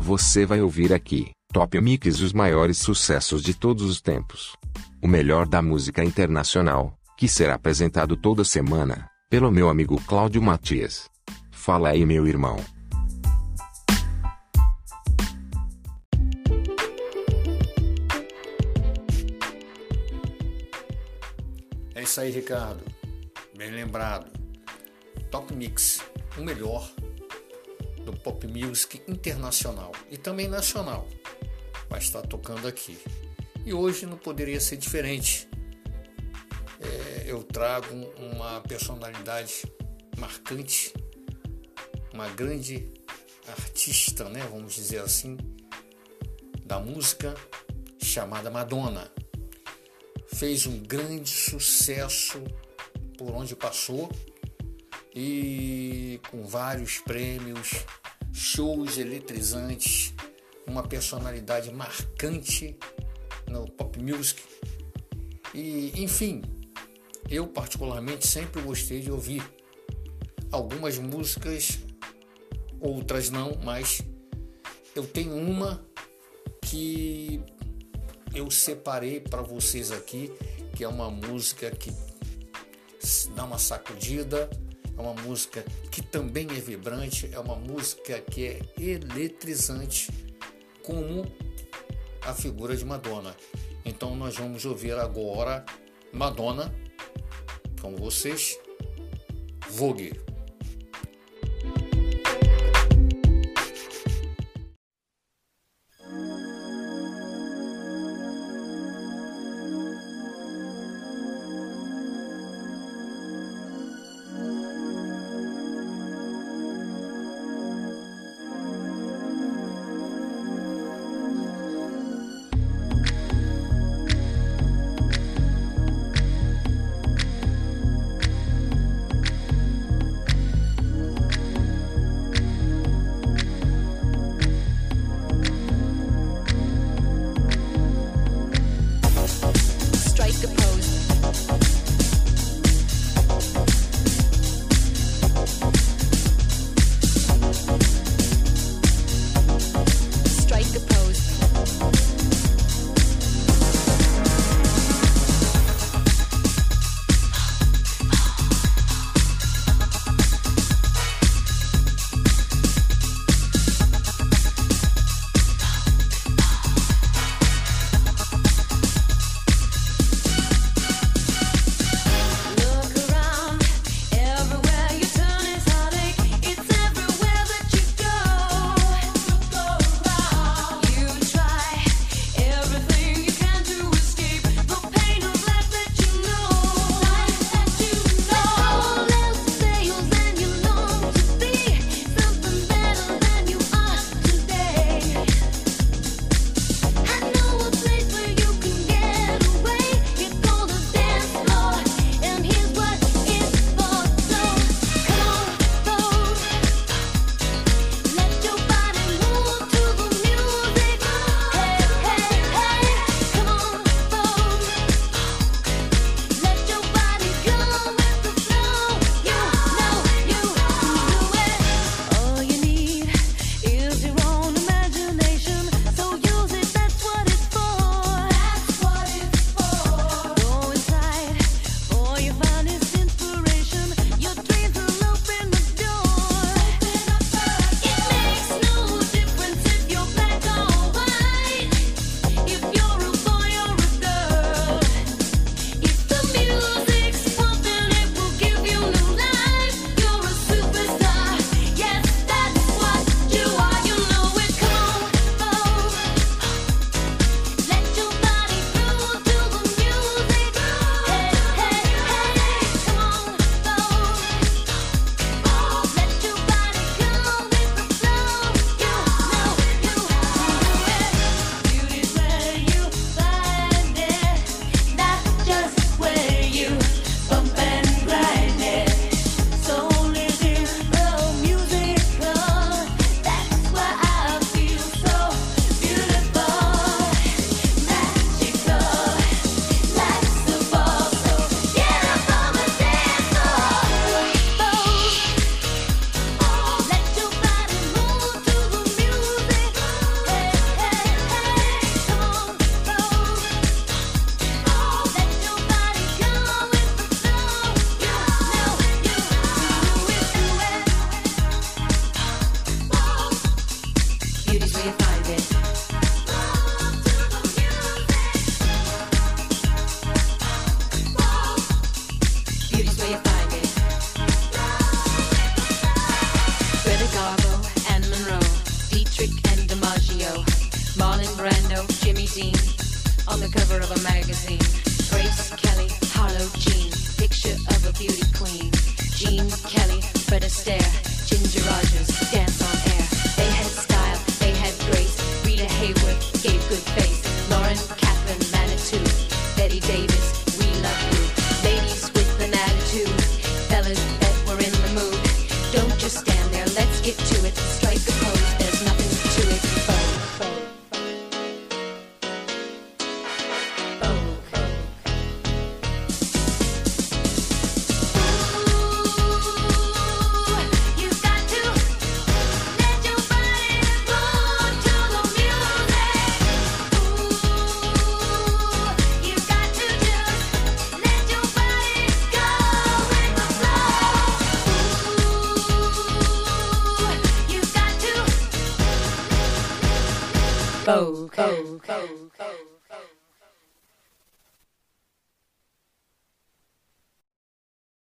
Você vai ouvir aqui, Top Mix, os maiores sucessos de todos os tempos. O melhor da música internacional, que será apresentado toda semana, pelo meu amigo Cláudio Matias. Fala aí, meu irmão. É isso aí, Ricardo. Bem lembrado. Top Mix, o melhor do pop music internacional e também nacional, vai estar tocando aqui. E hoje não poderia ser diferente. Eu trago uma personalidade marcante, uma grande artista, né, vamos dizer assim, da música, chamada Madonna. Fez um grande sucesso por onde passou e com vários prêmios, shows eletrizantes, uma personalidade marcante no pop music. E, enfim, eu particularmente sempre gostei de ouvir algumas músicas, outras não, mas eu tenho uma que eu separei para vocês aqui, que é uma música que dá uma sacudida, é uma música que também é vibrante, é uma música que é eletrizante, como a figura de Madonna. Então nós vamos ouvir agora Madonna, com vocês, Vogue. the cover of a magazine. Grace Kelly, Harlow Jean, picture of a beauty queen. Jean Kelly, Fred Astaire, Ginger Rogers, dance on air. They had style, they had grace. Rita Hayworth gave good face. Lauren Catherine Manitou, Betty Davis, we love you. Ladies with an attitude, fellas that were in the mood. Don't just stand there, let's get to it. Strike a pose, there's nothing to it. Vogue.